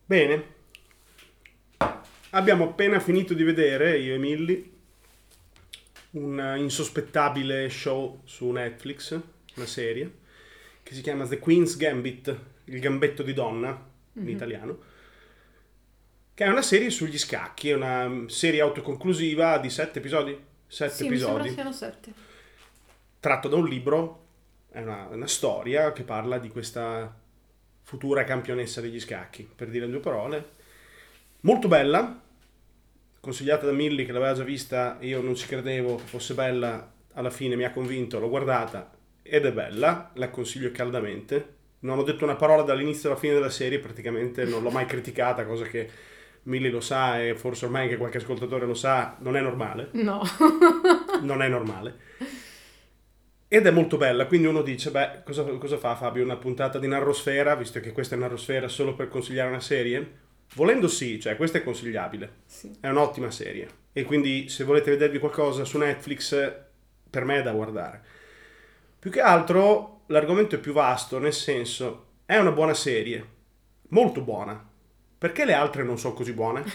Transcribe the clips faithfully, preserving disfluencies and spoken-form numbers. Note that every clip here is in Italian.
Bene, abbiamo appena finito di vedere, io e Milly, un insospettabile show su Netflix, una serie, che si chiama The Queen's Gambit, il gambetto di donna, in Mhm. italiano, che è una serie sugli scacchi, è una serie autoconclusiva di sette episodi, sette Sì, mi sembra episodi, siano sette. tratto da un libro, è una, una storia che parla di questa futura campionessa degli scacchi, per dire in due parole. Molto bella, consigliata da Milly che l'aveva già vista, io non ci credevo che fosse bella, alla fine mi ha convinto, l'ho guardata ed è bella, la consiglio caldamente. Non ho detto una parola dall'inizio alla fine della serie, praticamente non l'ho mai criticata, cosa che Milly lo sa e forse ormai anche qualche ascoltatore lo sa, non è normale, No. non è normale. Ed è molto bella, quindi uno dice, beh, cosa, cosa fa Fabio? Una puntata di Narrosfera, visto che questa è Narrosfera solo per consigliare una serie? Volendo sì, cioè questa è consigliabile, Sì. è un'ottima serie. E quindi se volete vedervi qualcosa su Netflix, per me è da guardare. Più che altro l'argomento è più vasto, nel senso, è una buona serie, molto buona. Perché le altre non sono così buone?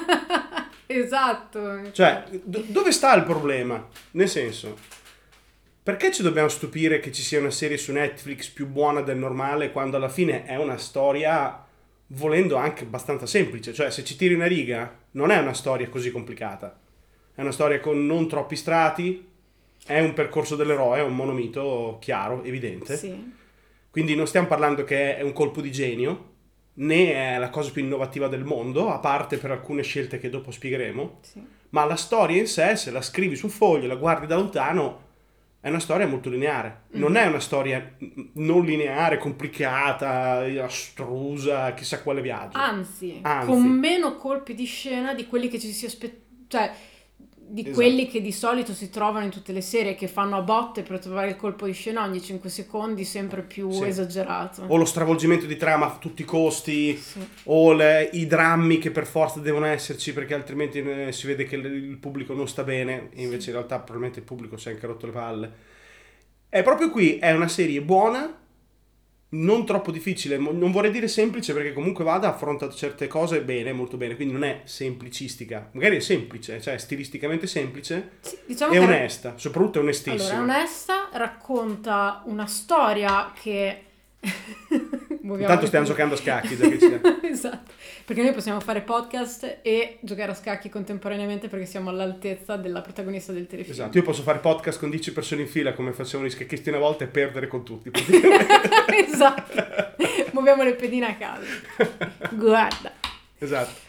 Esatto. Cioè, do- dove sta il problema? Nel senso, perché ci dobbiamo stupire che ci sia una serie su Netflix più buona del normale quando alla fine è una storia, volendo anche abbastanza semplice? Cioè, se ci tiri una riga, non è una storia così complicata. È una storia con non troppi strati, è un percorso dell'eroe, è un monomito chiaro, evidente. Sì. Quindi non stiamo parlando che è un colpo di genio, né è la cosa più innovativa del mondo, a parte per alcune scelte che dopo spiegheremo. Sì. Ma la storia in sé, se la scrivi su un foglio, la guardi da lontano, è una storia molto lineare. Non è una storia non lineare, complicata, astrusa, chissà quale viaggio. Anzi, Anzi. con meno colpi di scena di quelli che ci si aspetta, cioè di Esatto. quelli che di solito si trovano in tutte le serie, che fanno a botte per trovare il colpo di scena ogni cinque secondi, sempre più Sì. esagerato. O lo stravolgimento di trama a tutti i costi, Sì. o le- i drammi che per forza devono esserci perché altrimenti eh, si vede che il, il pubblico non sta bene, e invece in realtà probabilmente il pubblico si è anche rotto le palle. E proprio qui è una serie buona, non troppo difficile, mo- non vorrei dire semplice perché comunque vada, affronta certe cose bene, molto bene, quindi non è semplicistica, magari è semplice, cioè stilisticamente semplice Sì, diciamo e che onesta, soprattutto è onestissima. allora, è onesta, racconta una storia che... Muoviamo Intanto le stiamo puglie. giocando a scacchi, già che ci- Esatto, perché noi possiamo fare podcast e giocare a scacchi contemporaneamente perché siamo all'altezza della protagonista del telefilm. Esatto, io posso fare podcast con dieci persone in fila come facevano gli scacchisti una volta e perdere con tutti. Esatto, muoviamo le pedine a caso. Guarda. Esatto.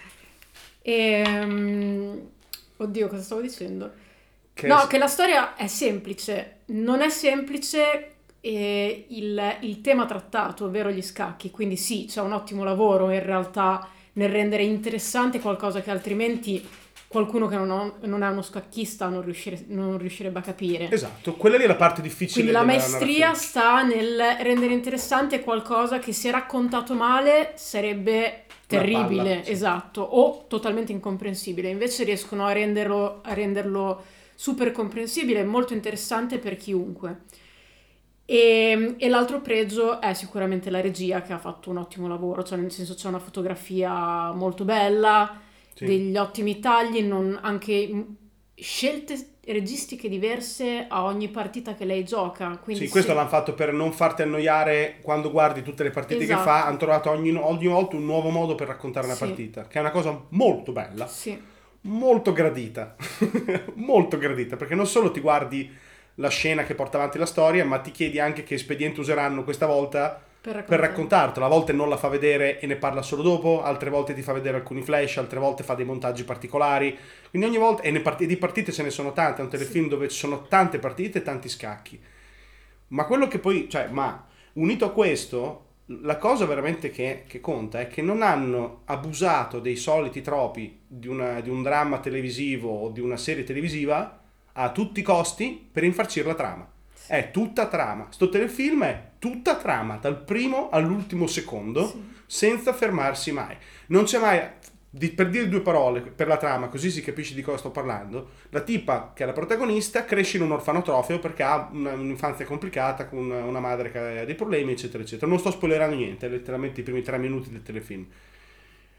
Ehm, Oddio, cosa stavo dicendo? Che No, è- che la storia è semplice. Non è semplice eh, il, il tema trattato, ovvero gli scacchi. Quindi sì, c'è un ottimo lavoro in realtà nel rendere interessante qualcosa che altrimenti qualcuno che non, ho- non è uno scacchista non, riuscire- non riuscirebbe a capire. Esatto, quella lì è la parte difficile Quindi la della maestria narrazione. sta nel rendere interessante qualcosa che se raccontato male sarebbe Una terribile, palla, sì. esatto, o totalmente incomprensibile. Invece riescono a renderlo, a renderlo super comprensibile e molto interessante per chiunque. E, e l'altro pregio è sicuramente la regia, che ha fatto un ottimo lavoro, cioè nel senso c'è una fotografia molto bella, Sì. degli ottimi tagli, non- anche mm, scelte registiche diverse a ogni partita che lei gioca. Quindi Sì, questo se- l'hanno fatto per non farti annoiare quando guardi tutte le partite Esatto. che fa, hanno trovato ogni, ogni volta un nuovo modo per raccontare una Sì. partita, che è una cosa molto bella, Sì, molto gradita, molto gradita, perché non solo ti guardi la scena che porta avanti la storia, ma ti chiedi anche che espediente useranno questa volta per per raccontare. raccontartela. A volte non la fa vedere e ne parla solo dopo, altre volte ti fa vedere alcuni flash, altre volte fa dei montaggi particolari. Quindi ogni volta, e ne part- di partite ce ne sono tante, è un telefilm dove ci sono tante partite e tanti scacchi. Ma quello che poi, cioè, ma unito a questo, la cosa veramente che, che conta è che non hanno abusato dei soliti tropi di, una, di un dramma televisivo o di una serie televisiva a tutti i costi per infarcire la trama. È tutta trama. Sto telefilm è tutta trama, dal primo all'ultimo secondo, Sì. senza fermarsi mai. Non c'è mai, di- per dire due parole per la trama, così si capisce di cosa sto parlando, la tipa che è la protagonista cresce in un orfanotrofio perché ha una- un'infanzia complicata con una, una madre che ha dei problemi, eccetera, eccetera. Non sto spoilerando niente, è letteralmente i primi tre minuti del telefilm.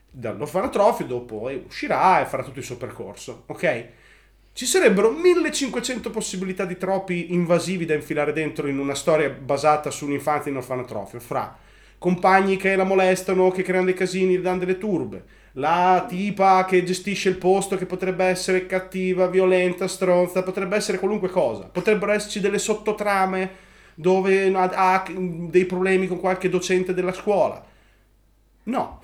dall'orfanotrofio, dopo eh, uscirà e farà tutto il suo percorso, ok? Ci sarebbero millecinquecento possibilità di troppi invasivi da infilare dentro in una storia basata su un'infanzia in orfanotrofio, fra compagni che la molestano, che creano dei casini, le danno delle turbe, la tipa che gestisce il posto che potrebbe essere cattiva, violenta, stronza, potrebbe essere qualunque cosa, potrebbero esserci delle sottotrame dove ha dei problemi con qualche docente della scuola. No,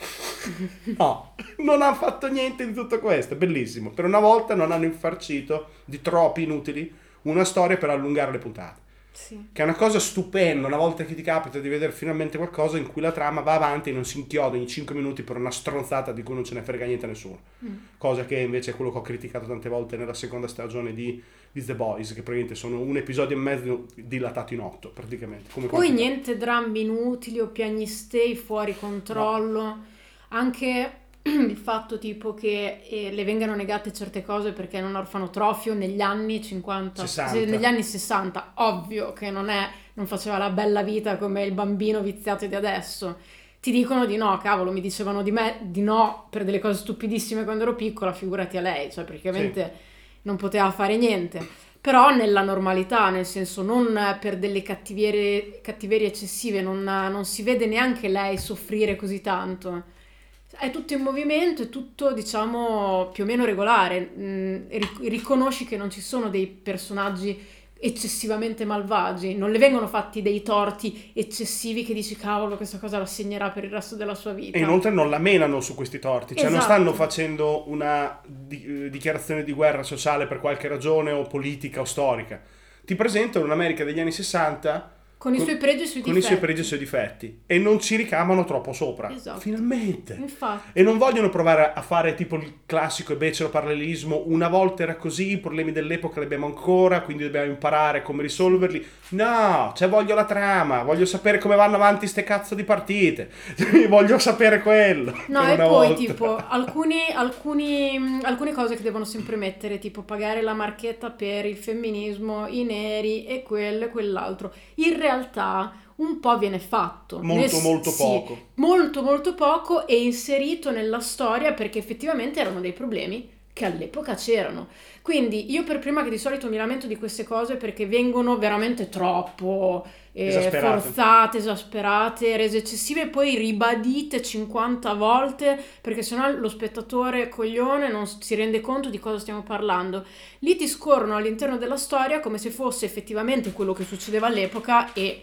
no, non hanno fatto niente di tutto questo, è bellissimo. Per una volta non hanno infarcito di troppi inutili una storia per allungare le puntate. Sì. Che è una cosa stupenda, una volta che ti capita di vedere finalmente qualcosa in cui la trama va avanti e non si inchioda ogni cinque minuti per una stronzata di cui non ce ne frega niente a nessuno. Mm. Cosa che invece è quello che ho criticato tante volte nella seconda stagione di, di The Boys, che praticamente sono un episodio e mezzo dilatato in otto praticamente. Come Poi quantità. Niente drammi inutili o piagnistei fuori controllo, no. Anche il fatto tipo che eh, le vengano negate certe cose perché è un orfanotrofio negli anni cinquanta, sessanta. Negli anni sessanta, ovvio che non è, non faceva la bella vita come il bambino viziato di adesso. Ti dicono di no, cavolo, mi dicevano di me di no per delle cose stupidissime quando ero piccola, figurati a lei, cioè praticamente sì. Non poteva fare niente. Però nella normalità, nel senso non per delle cattiverie, cattiverie eccessive, non, non si vede neanche lei soffrire così tanto. È tutto in movimento, è tutto diciamo più o meno regolare, mm, riconosci che non ci sono dei personaggi eccessivamente malvagi, non le vengono fatti dei torti eccessivi che dici cavolo questa cosa la segnerà per il resto della sua vita. E inoltre non la menano su questi torti, cioè esatto. Non stanno facendo una di- dichiarazione di guerra sociale per qualche ragione o politica o storica, ti presentano un'America degli anni sessanta con i suoi pregi e i suoi con difetti. i suoi pregi e i suoi difetti e non ci ricamano troppo sopra. Esatto. Finalmente. Infatti. E non vogliono provare a fare tipo il classico e becero parallelismo, una volta era così, i problemi dell'epoca li abbiamo ancora, quindi dobbiamo imparare come risolverli. No, cioè voglio la trama, voglio sapere come vanno avanti ste cazzo di partite, voglio sapere quello. No, e poi volta. tipo alcuni, alcuni, alcune cose che devono sempre mettere, tipo pagare la marchetta per il femminismo, i neri e quello e quell'altro. In realtà un po' viene fatto. Molto, Nel, molto sì, poco. Molto, molto poco e inserito nella storia perché effettivamente erano dei problemi che all'epoca c'erano. Quindi io per prima che di solito mi lamento di queste cose perché vengono veramente troppo eh, esasperate. forzate, esasperate, rese eccessive e poi ribadite cinquanta volte perché sennò lo spettatore coglione non si rende conto di cosa stiamo parlando. Lì ti scorrono all'interno della storia come se fosse effettivamente quello che succedeva all'epoca e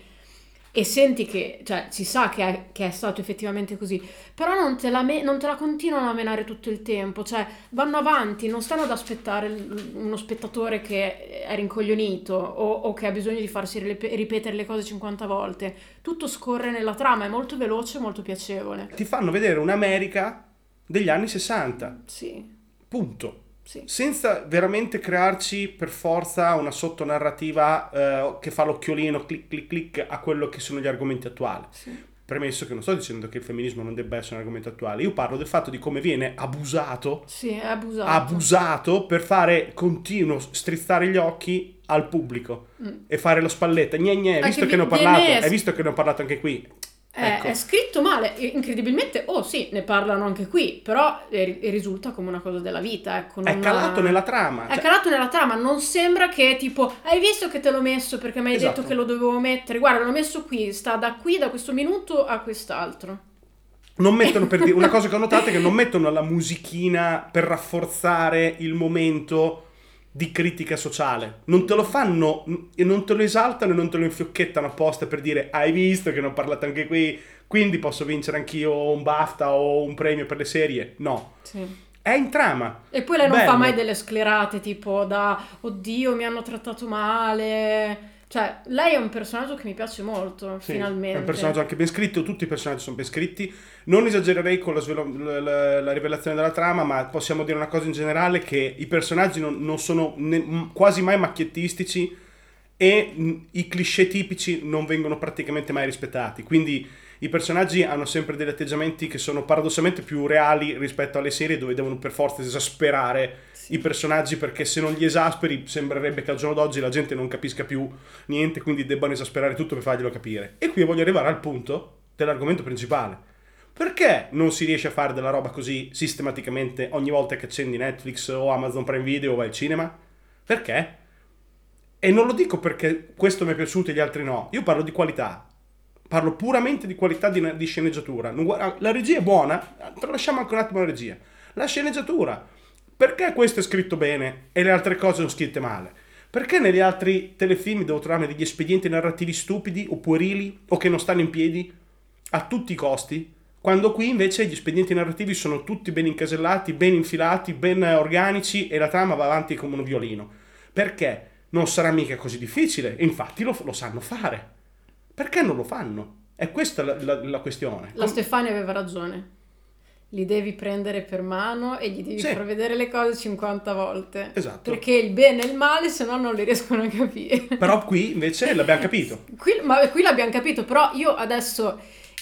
e senti che, cioè, si sa che è, che è stato effettivamente così, però non te, la me- non te la continuano a menare tutto il tempo, cioè vanno avanti, non stanno ad aspettare l- uno spettatore che è rincoglionito o, o che ha bisogno di farsi rip- ripetere le cose cinquanta volte, tutto scorre nella trama, è molto veloce, molto piacevole. Ti fanno vedere un'America degli anni sessanta. Sì. Punto. Sì. Senza veramente crearci per forza una sottonarrativa eh, che fa l'occhiolino clic clic clic a quello che sono gli argomenti attuali. Sì. Premesso che non sto dicendo che il femminismo non debba essere un argomento attuale, io parlo del fatto di come viene abusato, sì, è abusato. abusato per fare continuo strizzare gli occhi al pubblico mm. e fare lo spalletta. Gne gne, hai visto che ne ho parlato? Hai visto che ne ho parlato anche qui? Ecco. È, è scritto male, incredibilmente, oh sì, ne parlano anche qui, però eh, risulta come una cosa della vita, ecco. Non è calato ha... nella trama. È cioè... calato nella trama, non sembra che tipo, hai visto che te l'ho messo perché mi hai esatto. detto che lo dovevo mettere, guarda l'ho messo qui, sta da qui, da questo minuto a quest'altro. Non mettono, per dire, una cosa che ho notato è che non mettono la musichina per rafforzare il momento di critica sociale, non te lo fanno e non te lo esaltano e non te lo infiocchettano apposta per dire hai visto che ne ho parlato anche qui, quindi posso vincere anch'io un BAFTA o un premio per le serie. No, sì. È in trama. E poi lei non Bello. fa mai delle sclerate tipo da oddio mi hanno trattato male. Cioè, lei è un personaggio che mi piace molto, sì, finalmente. È un personaggio anche ben scritto, tutti i personaggi sono ben scritti. Non esagererei con la, svelo- la, la, la rivelazione della trama, ma possiamo dire una cosa in generale, che i personaggi non, non sono ne- quasi mai macchiettistici e mh, i cliché tipici non vengono praticamente mai rispettati. Quindi i personaggi hanno sempre degli atteggiamenti che sono paradossalmente più reali rispetto alle serie dove devono per forza esasperare sì. i personaggi, perché se non li esasperi sembrerebbe che al giorno d'oggi la gente non capisca più niente, quindi debbano esasperare tutto per farglielo capire. E qui voglio arrivare al punto dell'argomento principale. Perché non si riesce a fare della roba così sistematicamente ogni volta che accendi Netflix o Amazon Prime Video o vai al cinema? Perché? E non lo dico perché questo mi è piaciuto e gli altri no. Io parlo di qualità. Parlo puramente di qualità di, di sceneggiatura. La regia è buona, tralasciamo anche un attimo la regia. La sceneggiatura. Perché questo è scritto bene e le altre cose sono scritte male? Perché negli altri telefilm devo trovarmi degli espedienti narrativi stupidi o puerili o che non stanno in piedi a tutti i costi? Quando qui invece gli espedienti narrativi sono tutti ben incasellati, ben infilati, ben organici e la trama va avanti come un violino. Perché? Non sarà mica così difficile, infatti lo, lo sanno fare. Perché non lo fanno? È questa la, la, la questione. La Stefani aveva ragione. Li devi prendere per mano e gli devi sì. far vedere le cose cinquanta volte. Esatto. Perché il bene e il male, se no non li riescono a capire. Però qui invece l'abbiamo capito. Qui, ma qui l'abbiamo capito, però io adesso...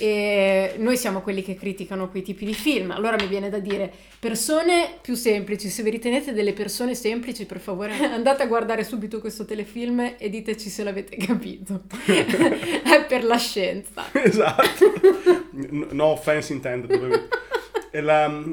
E noi siamo quelli che criticano quei tipi di film, allora mi viene da dire persone più semplici, se vi ritenete delle persone semplici, per favore andate a guardare subito questo telefilm e diteci se l'avete capito. È per la scienza. Esatto. No offense intended. La...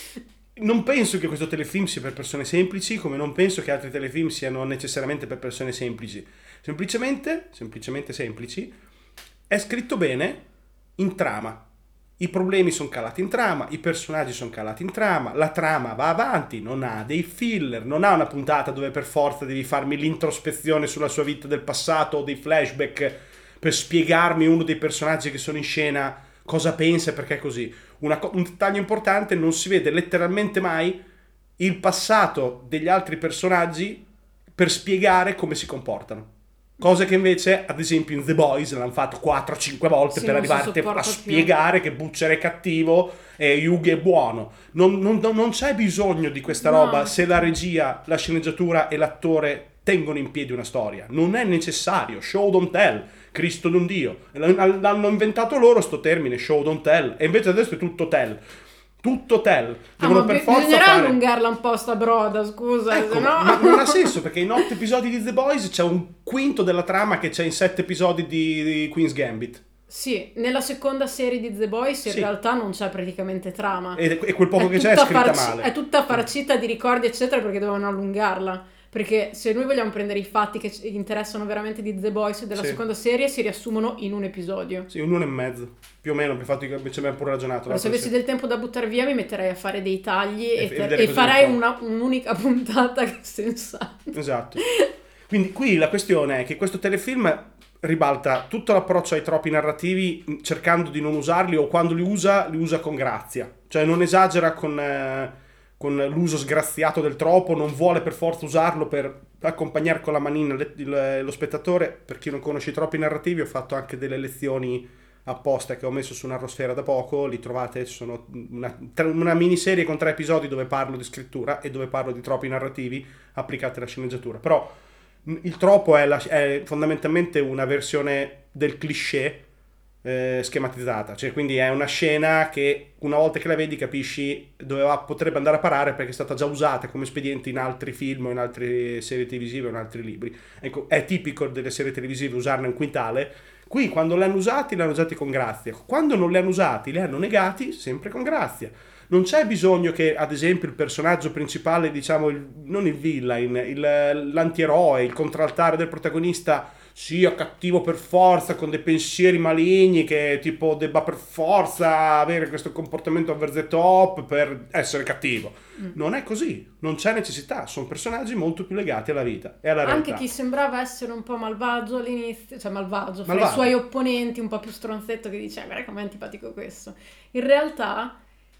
non penso che questo telefilm sia per persone semplici, come non penso che altri telefilm siano necessariamente per persone semplici. Semplicemente, semplicemente semplici, è scritto bene in trama. I problemi sono calati in trama, i personaggi sono calati in trama, la trama va avanti, non ha dei filler, non ha una puntata dove per forza devi farmi l'introspezione sulla sua vita del passato o dei flashback per spiegarmi uno dei personaggi che sono in scena cosa pensa e perché è così. Una, un dettaglio importante, non si vede letteralmente mai il passato degli altri personaggi per spiegare come si comportano. Cose che invece, ad esempio, in The Boys l'hanno fatto quattro cinque volte sì, per arrivarti a spiegare più. Che Butcher è cattivo e Hugh è buono. Non, non, non c'è bisogno di questa no. roba se la regia, la sceneggiatura e l'attore tengono in piedi una storia. Non è necessario. Show don't tell. Cristo non Dio. L'hanno inventato loro sto termine, show don't tell. E invece adesso è tutto tell. Tutto tell. Devono ah, per b- forza bisognerà fare... allungarla un po' sta broda, scusa. Ecco, no... ma non ha senso perché in otto episodi di The Boys c'è un quinto della trama che c'è in sette episodi di, di Queen's Gambit. Sì, nella seconda serie di The Boys in sì. realtà non c'è praticamente trama. E, e quel poco è che c'è è scritta farci- male. È tutta farcita di ricordi eccetera perché dovevano allungarla. Perché se noi vogliamo prendere i fatti che ci interessano veramente di The Boys della sì. seconda serie si riassumono in un episodio. Sì, un uno e mezzo. Più o meno, per fatto che ci abbiamo pure ragionato. Però se avessi del tempo da buttare via mi metterei a fare dei tagli e, e, ter- e farei una, un'unica puntata che sensata. Esatto. Quindi qui la questione è che questo telefilm ribalta tutto l'approccio ai troppi narrativi cercando di non usarli o quando li usa, li usa con grazia. Cioè non esagera con... Eh, con l'uso sgraziato del troppo, non vuole per forza usarlo per accompagnare con la manina le, il, lo spettatore. Per chi non conosce i troppi narrativi ho fatto anche delle lezioni apposta che ho messo su Narrosfera da poco, li trovate, sono una, una miniserie con tre episodi dove parlo di scrittura e dove parlo di troppi narrativi applicati alla sceneggiatura. Però il troppo è, la, è fondamentalmente una versione del cliché Eh, schematizzata, cioè quindi è una scena che una volta che la vedi capisci dove va, potrebbe andare a parare perché è stata già usata come espediente in altri film o in altre serie televisive o in altri libri. Ecco, è tipico delle serie televisive usarne un quintale. Qui quando li hanno usati, li hanno usati con grazia, quando non li hanno usati, li hanno negati sempre con grazia. Non c'è bisogno che, ad esempio, il personaggio principale, diciamo, il, non il villain, il, l'antieroe, il contraltare del protagonista sia cattivo per forza, con dei pensieri maligni, che tipo debba per forza avere questo comportamento over the top per essere cattivo. Mm. Non è così, non c'è necessità, sono personaggi molto più legati alla vita e alla realtà. Anche chi sembrava essere un po' malvagio all'inizio, cioè malvagio, fra malvagio. i suoi opponenti, un po' più stronzetto, che dice, guarda com'è antipatico questo. In realtà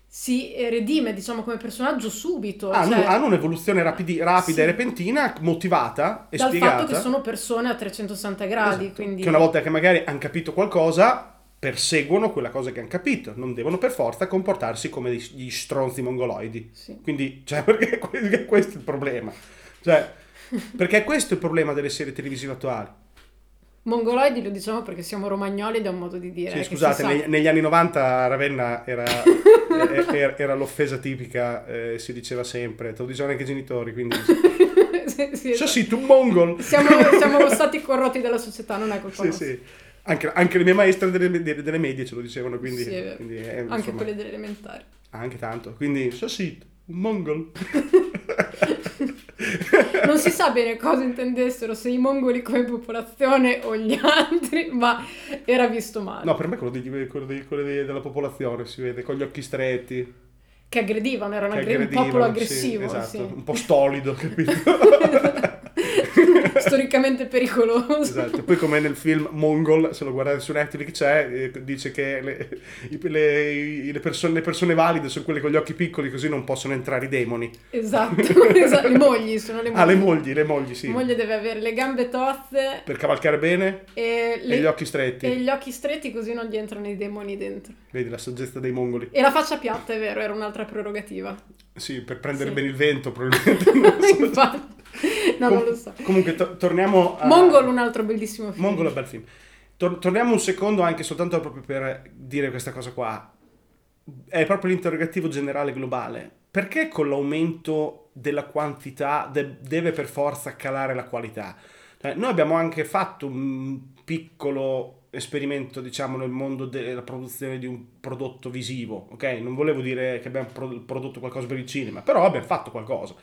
si redime, diciamo, come personaggio subito. Hanno, cioè, hanno un'evoluzione rapidi, rapida sì. e repentina, motivata e dal spiegata. Dal fatto che sono persone a trecentosessanta gradi. Esatto. Quindi... Che una volta che magari hanno capito qualcosa, perseguono quella cosa che hanno capito. Non devono per forza comportarsi come gli stronzi mongoloidi. Sì. Quindi, cioè, perché questo è il problema. Cioè, perché questo è il problema delle serie televisive attuali. Mongoloidi lo diciamo perché siamo romagnoli ed è un modo di dire. Sì, scusate, negli, negli anni novanta Ravenna era, era, era l'offesa tipica, eh, si diceva sempre, te lo dicevano anche i genitori, quindi... sì, sì, so sì, tu mongol! Siamo, siamo stati corrotti dalla società, non è colpa sì, nostra. Sì. Anche, anche le mie maestre delle, delle, delle medie ce lo dicevano, quindi... Sì, è vero. quindi è, Anche insomma, quelle delle elementari. anche tanto, quindi Sasit, un mongol. Non si sa bene cosa intendessero, se i mongoli come popolazione o gli altri, ma era visto male. No, per me quello, di, quello, di, quello di, della popolazione si vede, con gli occhi stretti. Che aggredivano, erano Che aggre- un aggredivano, popolo aggressivo. sì, esatto, Sì. un po' stolido, capito? Storicamente pericoloso. Esatto, poi come nel film Mongol, se lo guardate su Netflix c'è, eh, dice che le, i- le, i- le, persone, le persone valide sono quelle con gli occhi piccoli, così non possono entrare i demoni. Esatto, esatto. Le mogli sono le mogli. Ah, le mogli, le mogli, sì. La moglie deve avere le gambe tozze Per cavalcare bene e, le- e gli occhi stretti. e gli occhi stretti, così non gli entrano i demoni dentro. Vedi la saggezza dei mongoli. E la faccia piatta, è vero, era un'altra prerogativa. Sì, per prendere Sì. bene il vento, probabilmente. Non so. Infatti. No, Com- non lo so. Comunque, to- torniamo a... Mongol, un altro bellissimo film. Mongol è un bel film. Tor- torniamo un secondo anche soltanto proprio per dire questa cosa qua. È proprio l'interrogativo generale globale. Perché con l'aumento della quantità de- deve per forza calare la qualità? Cioè, noi abbiamo anche fatto un piccolo esperimento, diciamo, nel mondo della produzione di un prodotto visivo, ok? Non volevo dire che abbiamo pro- prodotto qualcosa per il cinema, però abbiamo fatto qualcosa.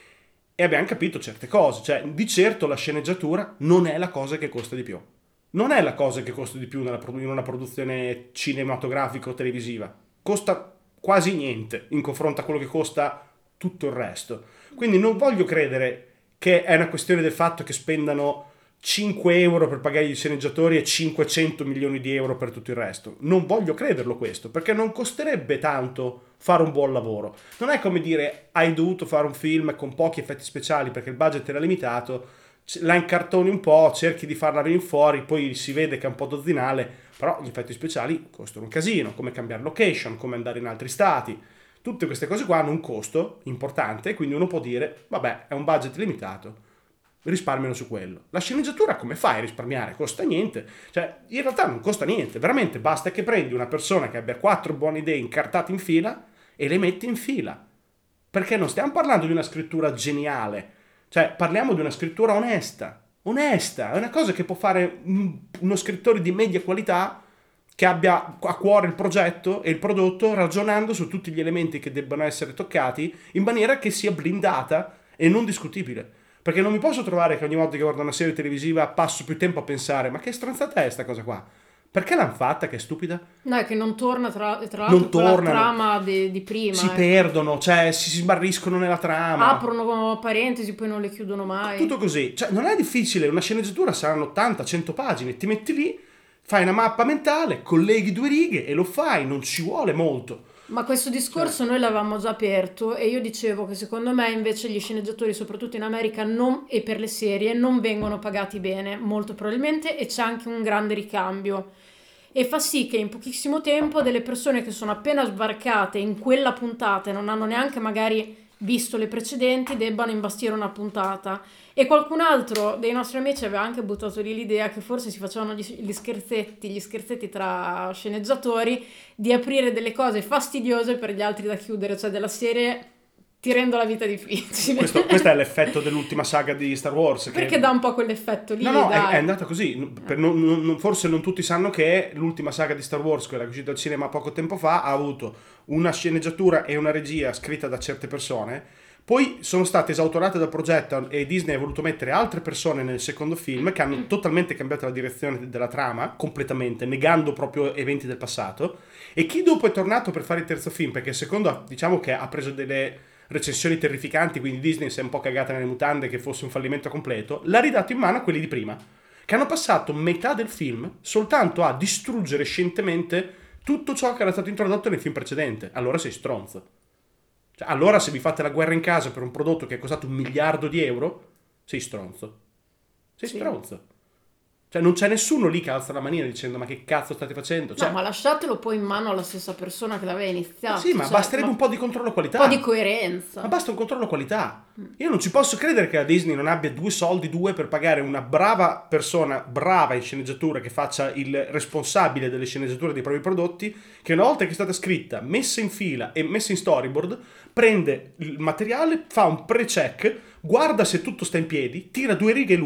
E abbiamo capito certe cose, cioè di certo la sceneggiatura non è la cosa che costa di più. Non è la cosa che costa di più nella, in una produzione cinematografica o televisiva. Costa quasi niente in confronto a quello che costa tutto il resto. Quindi non voglio credere che è una questione del fatto che spendano cinque euro per pagare gli sceneggiatori e cinquecento milioni di euro per tutto il resto. Non voglio crederlo questo, perché non costerebbe tanto fare un buon lavoro. Non è come dire hai dovuto fare un film con pochi effetti speciali perché il budget era limitato, la incartoni un po', cerchi di farla venire fuori, poi si vede che è un po' dozzinale, però gli effetti speciali costano un casino, come cambiare location, come andare in altri stati. Tutte queste cose qua hanno un costo importante, quindi uno può dire vabbè, è un budget limitato, risparmiano su quello. La sceneggiatura come fai a risparmiare? Costa niente, cioè in realtà non costa niente, veramente basta che prendi una persona che abbia quattro buone idee incartate in fila e le metti in fila, perché non stiamo parlando di una scrittura geniale, cioè parliamo di una scrittura onesta, onesta, è una cosa che può fare uno scrittore di media qualità che abbia a cuore il progetto e il prodotto, ragionando su tutti gli elementi che debbano essere toccati in maniera che sia blindata e non discutibile. Perché non mi posso trovare che ogni volta che guardo una serie televisiva passo più tempo a pensare ma che stronzata è sta cosa qua? Perché l'hanno fatta che è stupida? No, è che non torna tra, tra l'altro Non con la tornano. trama di, di prima. Si eh. perdono, cioè si sbarriscono nella trama. Aprono parentesi, poi non le chiudono mai. Tutto così. Cioè non è difficile, una sceneggiatura saranno ottanta cento pagine, ti metti lì, fai una mappa mentale, colleghi due righe e lo fai, non ci vuole molto. Ma questo discorso Cioè- noi l'avevamo già aperto e io dicevo che secondo me invece gli sceneggiatori, soprattutto in America non, e per le serie, non vengono pagati bene, molto probabilmente, e c'è anche un grande ricambio. E fa sì che in pochissimo tempo delle persone che sono appena sbarcate in quella puntata e non hanno neanche magari visto le precedenti debbano imbastire una puntata. E qualcun altro dei nostri amici aveva anche buttato lì l'idea che forse si facevano gli, gli scherzetti, gli scherzetti tra sceneggiatori di aprire delle cose fastidiose per gli altri da chiudere, cioè della serie ti rendo la vita difficile. Questo, questo è l'effetto dell'ultima saga di Star Wars. Che... Perché dà un po' quell'effetto lì. No, no, è, dai. è andata così. Per non- non- forse non tutti sanno che l'ultima saga di Star Wars, quella che è uscita al cinema poco tempo fa, ha avuto una sceneggiatura e una regia scritta da certe persone. Poi sono state esautorate dal progetto e Disney ha voluto mettere altre persone nel secondo film che hanno totalmente cambiato la direzione della trama, completamente, negando proprio eventi del passato. E chi dopo è tornato per fare il terzo film, perché il secondo diciamo che ha preso delle recensioni terrificanti, quindi Disney si è un po' cagata nelle mutande che fosse un fallimento completo, l'ha ridato in mano a quelli di prima, che hanno passato metà del film soltanto a distruggere scientemente tutto ciò che era stato introdotto nel film precedente. Allora sei stronzo. Cioè, allora se vi fate la guerra in casa per un prodotto che è costato un miliardo di euro, sei stronzo. Sei Sì. stronzo. Cioè non c'è nessuno lì che alza la manina dicendo ma che cazzo state facendo? Cioè, No, ma lasciatelo poi in mano alla stessa persona che l'aveva iniziato. sì, ma cioè, basterebbe ma un po' di controllo qualità. un po' di coerenza. Ma basta un controllo qualità. Io non ci posso credere che la Disney non abbia due soldi, due per pagare una brava persona, brava in sceneggiatura, che faccia il responsabile delle sceneggiature dei propri prodotti, che una volta che è stata scritta, messa in fila e messa in storyboard, prende il materiale, fa un pre-check, guarda se tutto sta in piedi, tira due righe lui,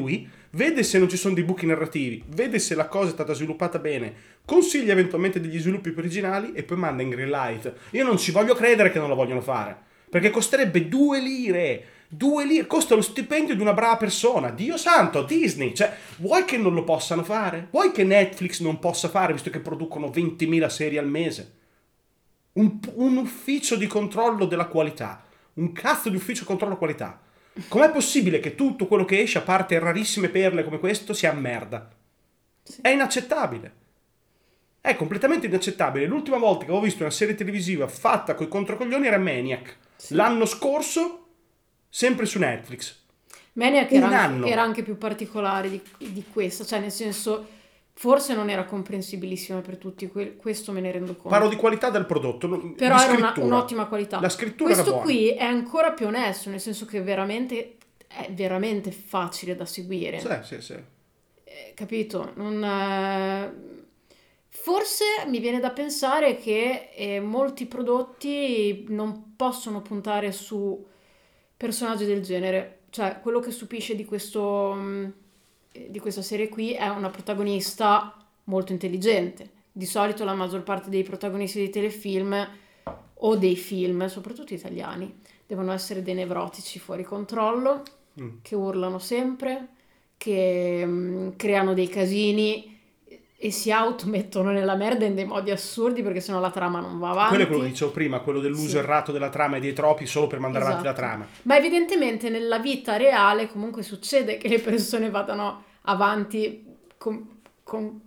vede se non ci sono dei buchi narrativi, vede se la cosa è stata sviluppata bene, consiglia eventualmente degli sviluppi più originali e poi manda in green light. Io non ci voglio credere che non lo vogliono fare, perché costerebbe due lire. Due lire, costa lo stipendio di una brava persona. Dio santo, Disney, cioè, vuoi che non lo possano fare? Vuoi che Netflix non possa fare, visto che producono ventimila serie al mese? Un, un ufficio di controllo della qualità, un cazzo di ufficio di controllo qualità. Com'è possibile che tutto quello che esce, a parte rarissime perle come questo, sia merda? Sì. È inaccettabile. È completamente inaccettabile. L'ultima volta che avevo visto una serie televisiva fatta coi controcoglioni era Maniac. Sì. L'anno scorso, sempre su Netflix. Maniac era anche, era anche più particolare di, di questo, cioè nel senso, forse non era comprensibilissima per tutti, questo me ne rendo conto. Parlo di qualità del prodotto, però era una, un'ottima qualità. La scrittura questo era buona. Qui è ancora più onesto, nel senso che veramente è veramente facile da seguire. Sì, sì, sì. Eh, capito? Non, eh... Forse mi viene da pensare che eh, molti prodotti non possono puntare su personaggi del genere, cioè quello che stupisce di questo mh, di questa serie qui è una protagonista molto intelligente. Di solito la maggior parte dei protagonisti dei telefilm o dei film, soprattutto italiani, devono essere dei nevrotici fuori controllo, mm. che urlano sempre, che mh, creano dei casini e si automettono nella merda in dei modi assurdi, perché sennò la trama non va avanti. Quello è quello che dicevo prima, quello dell'uso sì. errato della trama e dei troppi solo per mandare esatto. avanti la trama. Ma evidentemente nella vita reale comunque succede che le persone vadano avanti con, con,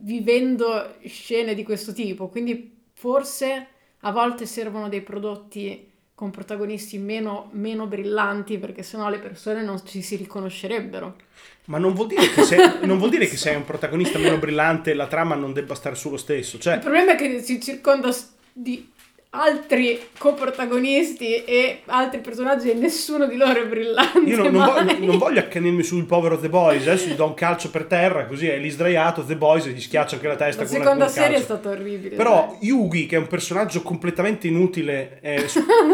vivendo scene di questo tipo, quindi forse a volte servono dei prodotti con protagonisti meno, meno brillanti, perché sennò le persone non ci si riconoscerebbero. Ma non vuol dire che se, non vuol dire che sei un protagonista meno brillante la trama non debba stare sullo stesso. Cioè... Il problema è che si circonda di altri coprotagonisti e altri personaggi e nessuno di loro è brillante. Io non, non, voglio, non voglio accanirmi sul povero The Boys, adesso gli do un calcio per terra, così è lì sdraiato The Boys e gli schiaccio anche la testa la con una seconda con serie calcio. È stata orribile. Però dai. Yugi, che è un personaggio completamente inutile e,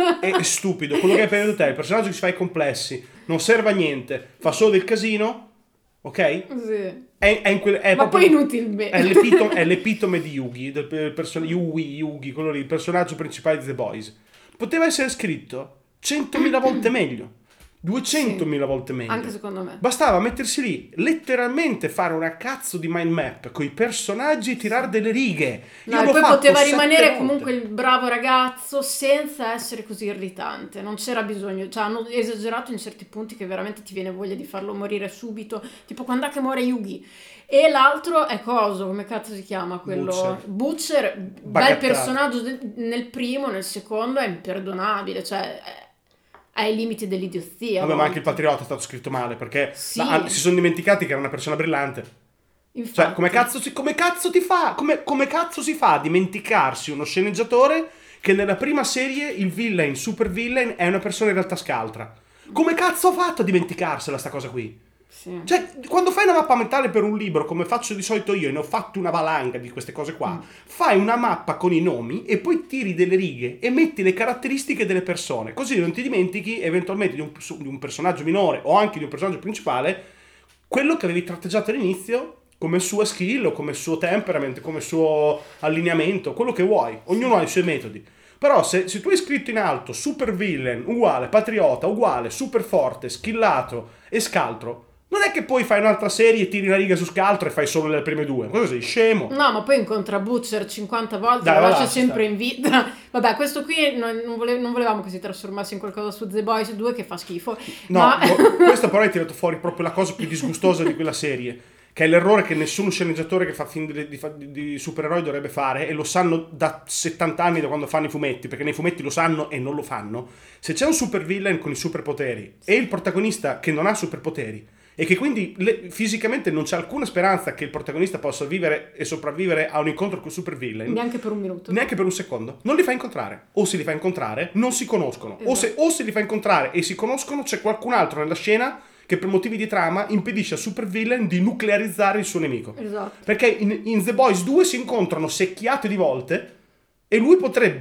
e stupido, quello che hai appena detto te, il personaggio che si fa i complessi, non serve a niente, fa solo del casino, ok? Sì. È, è in quel, è ma proprio, poi inutilmente è l'epitome, è l'epitome di Yugi, del person- Yugi, Yugi, quello lì, il personaggio principale di The Boys. Poteva essere scritto centomila volte meglio, duecentomila sì, volte meglio. Anche secondo me. Bastava mettersi lì, letteralmente fare una cazzo di mind map con i personaggi e tirare delle righe. No, Io e l'ho poi fatto poteva rimanere volte. comunque il bravo ragazzo senza essere così irritante. Non c'era bisogno, cioè hanno esagerato in certi punti che veramente ti viene voglia di farlo morire subito, tipo quando è che muore Yugi. E l'altro è coso, come cazzo si chiama quello? Butcher, Butcher bel personaggio de- nel primo, nel secondo è imperdonabile, cioè è ai limiti dell'idiozia. Vabbè, ma anche il Patriota è stato scritto male, perché sì. la, si sono dimenticati che era una persona brillante. Infatti. Cioè, come cazzo, si, come cazzo ti fa? Come, come cazzo si fa a dimenticarsi uno sceneggiatore che nella prima serie il villain, super villain, è una persona in realtà scaltra? Come cazzo ha fatto a dimenticarsela sta cosa qui? Sì. Cioè, quando fai una mappa mentale per un libro, come faccio di solito io, e ne ho fatto una valanga di queste cose qua, mm. fai una mappa con i nomi e poi tiri delle righe e metti le caratteristiche delle persone, così non ti dimentichi eventualmente di un, di un personaggio minore o anche di un personaggio principale, quello che avevi tratteggiato all'inizio come suo skill o come suo temperament, come suo allineamento, quello che vuoi, ognuno ha i suoi metodi. Però se, se tu hai scritto in alto super villain uguale, patriota uguale, super forte, skillato e scaltro, non è che poi fai un'altra serie, tiri una riga su scaltro e fai solo le prime due. Cosa sei, scemo? No, ma poi incontra Butcher cinquanta volte, Dai, lo lascia là, sempre in vita. Vabbè, questo qui non, non, vole- non volevamo che si trasformasse in qualcosa su The Boys due che fa schifo. No, ma... no, questo però hai tirato fuori proprio la cosa più disgustosa di quella serie, che è l'errore che nessun sceneggiatore che fa film di, di, di supereroi dovrebbe fare, e lo sanno da settanta anni, da quando fanno i fumetti, perché nei fumetti lo sanno e non lo fanno. Se c'è un super villain con i superpoteri e il protagonista che non ha superpoteri, e che quindi le, fisicamente non c'è alcuna speranza che il protagonista possa vivere e sopravvivere a un incontro con il super villain, neanche per un minuto, neanche per un secondo, non li fa incontrare, o se li fa incontrare non si conoscono, esatto. o, se, o se li fa incontrare e si conoscono, c'è qualcun altro nella scena che per motivi di trama impedisce al super villain di nuclearizzare il suo nemico, esatto. perché in, in The Boys due si incontrano secchiate di volte e lui potrebbe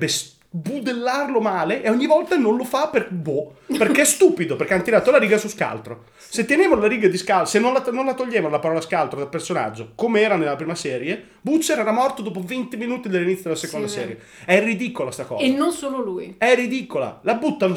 budellarlo male e ogni volta non lo fa per boh, perché è stupido, perché hanno tirato la riga su Scaltro. Se tenevano la riga di Scaltro, se non la, non la toglievano la parola Scaltro dal personaggio, come era nella prima serie, Butcher era morto dopo venti minuti dall'inizio della seconda sì, serie. È ridicola sta cosa. E non solo lui. È ridicola. La buttano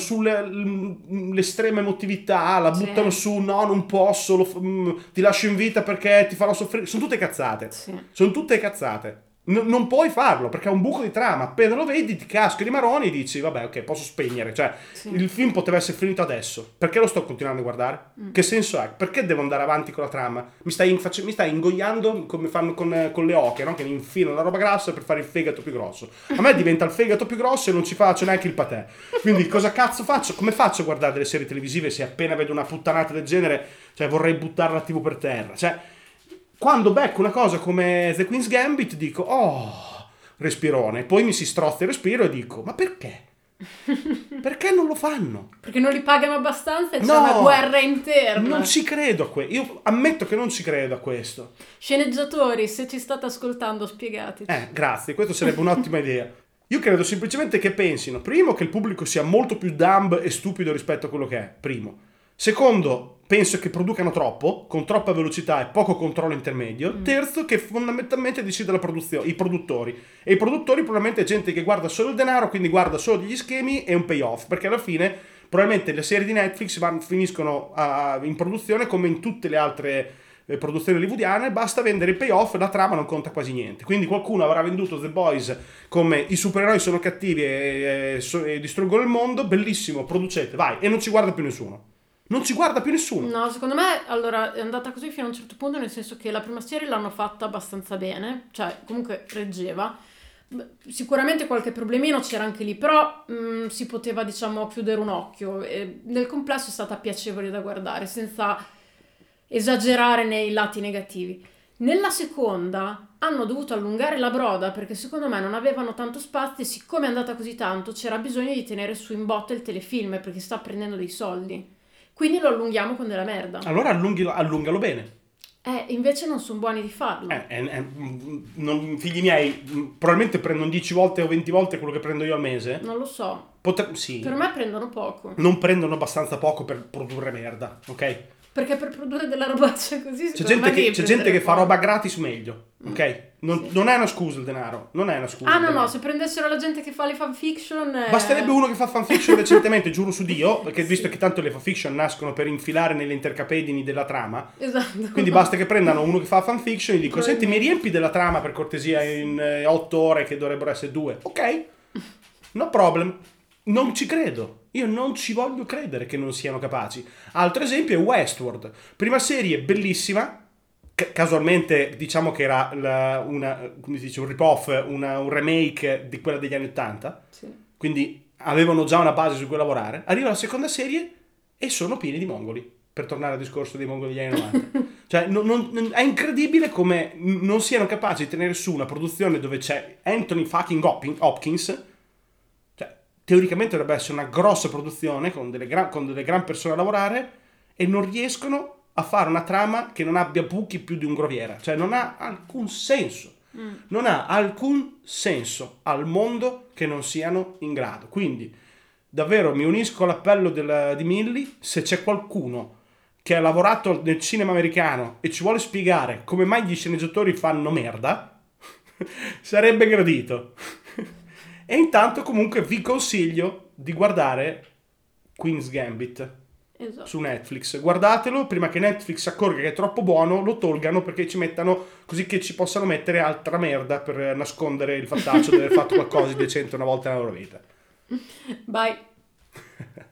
sull'estrema emotività, la sì. buttano su no, non posso, lo, mh, ti lascio in vita perché ti farò soffrire. Sono tutte cazzate. Sì. Sono tutte cazzate. N- non puoi farlo perché è un buco di trama. Appena lo vedi ti caschi di maroni e dici vabbè ok posso spegnere, cioè sì. il film poteva essere finito adesso, perché lo sto continuando a guardare? Mm. Che senso ha? Perché devo andare avanti con la trama? Mi stai, infac- mi stai ingoiando come fanno con, con le oche, no? Che mi infilano la roba grassa per fare il fegato più grosso. A me diventa il fegato più grosso e non ci faccio neanche il patè. Quindi cosa cazzo faccio? Come faccio a guardare delle serie televisive se appena vedo una puttanata del genere, cioè vorrei buttare la tivù per terra? Cioè quando becco una cosa come The Queen's Gambit dico oh, respirone, poi mi si strozza il respiro e dico ma perché? Perché non lo fanno? Perché non li pagano abbastanza e c'è no, una guerra interna. Non ci credo a questo, io ammetto che non ci credo a questo. Sceneggiatori, se ci state ascoltando spiegate. Eh, grazie, questo sarebbe un'ottima idea. Io credo semplicemente che pensino, primo, che il pubblico sia molto più dumb e stupido rispetto a quello che è, primo. Secondo, penso che producano troppo, con troppa velocità e poco controllo intermedio. Mm. Terzo, che fondamentalmente decide la produzione, i produttori. E i produttori probabilmente è gente che guarda solo il denaro, quindi guarda solo degli schemi e un payoff, perché alla fine probabilmente le serie di Netflix van, finiscono a, in produzione come in tutte le altre eh, produzioni hollywoodiane, basta vendere il payoff e la trama non conta quasi niente. Quindi qualcuno avrà venduto The Boys come i supereroi sono cattivi e, e, so, e distruggono il mondo, bellissimo, producete, vai, e non ci guarda più nessuno. Non ci guarda più nessuno. No, secondo me, allora, è andata così fino a un certo punto, nel senso che la prima serie l'hanno fatta abbastanza bene, cioè, comunque reggeva. Sicuramente qualche problemino c'era anche lì, però mh, si poteva, diciamo, chiudere un occhio. E nel complesso è stata piacevole da guardare, senza esagerare nei lati negativi. Nella seconda hanno dovuto allungare la broda perché secondo me non avevano tanto spazio e siccome è andata così tanto c'era bisogno di tenere su in botta il telefilm perché sta prendendo dei soldi. Quindi lo allunghiamo con della merda. Allora allunghi, allungalo bene. Eh, invece non sono buoni di farlo. Eh, eh, eh, non, figli miei, probabilmente prendono dieci volte o venti volte quello che prendo io al mese. Non lo so. Potre- sì. Per me prendono poco. Non prendono abbastanza poco per produrre merda, ok? Perché per produrre della robaccia così c'è gente che, c'è gente che fa roba gratis meglio, ok? Non, sì. non è una scusa il denaro, non è una scusa. Ah no no, se prendessero la gente che fa le fanfiction eh... basterebbe uno che fa fanfiction recentemente, giuro su Dio, perché sì. visto che tanto le fanfiction nascono per infilare nelle intercapedini della trama, esatto. Quindi basta che prendano uno che fa fanfiction e gli dico senti mi riempi della trama per cortesia in eh, otto ore che dovrebbero essere due, ok? No problem. Non ci credo, io non ci voglio credere che non siano capaci. Altro esempio è Westworld, prima serie bellissima, c- casualmente diciamo che era la, una, come si dice, un rip-off, una, un remake di quella degli anni ottanta, sì. Quindi avevano già una base su cui lavorare. Arriva la seconda serie e sono pieni di mongoli, per tornare al discorso dei mongoli degli anni novanta. Cioè non, non, è incredibile come non siano capaci di tenere su una produzione dove c'è Anthony fucking Hopkins. Teoricamente dovrebbe essere una grossa produzione con delle, gran, con delle gran persone a lavorare e non riescono a fare una trama che non abbia buchi più di un groviera, cioè non ha alcun senso, mm. non ha alcun senso al mondo che non siano in grado. Quindi davvero mi unisco all'appello del, di Milly, se c'è qualcuno che ha lavorato nel cinema americano e ci vuole spiegare come mai gli sceneggiatori fanno merda, sarebbe gradito. E intanto comunque vi consiglio di guardare Queen's Gambit esatto. su Netflix. Guardatelo prima che Netflix accorga che è troppo buono, lo tolgano perché ci mettano così che ci possano mettere altra merda per nascondere il fattaccio di aver fatto qualcosa di decente una volta nella loro vita. Bye.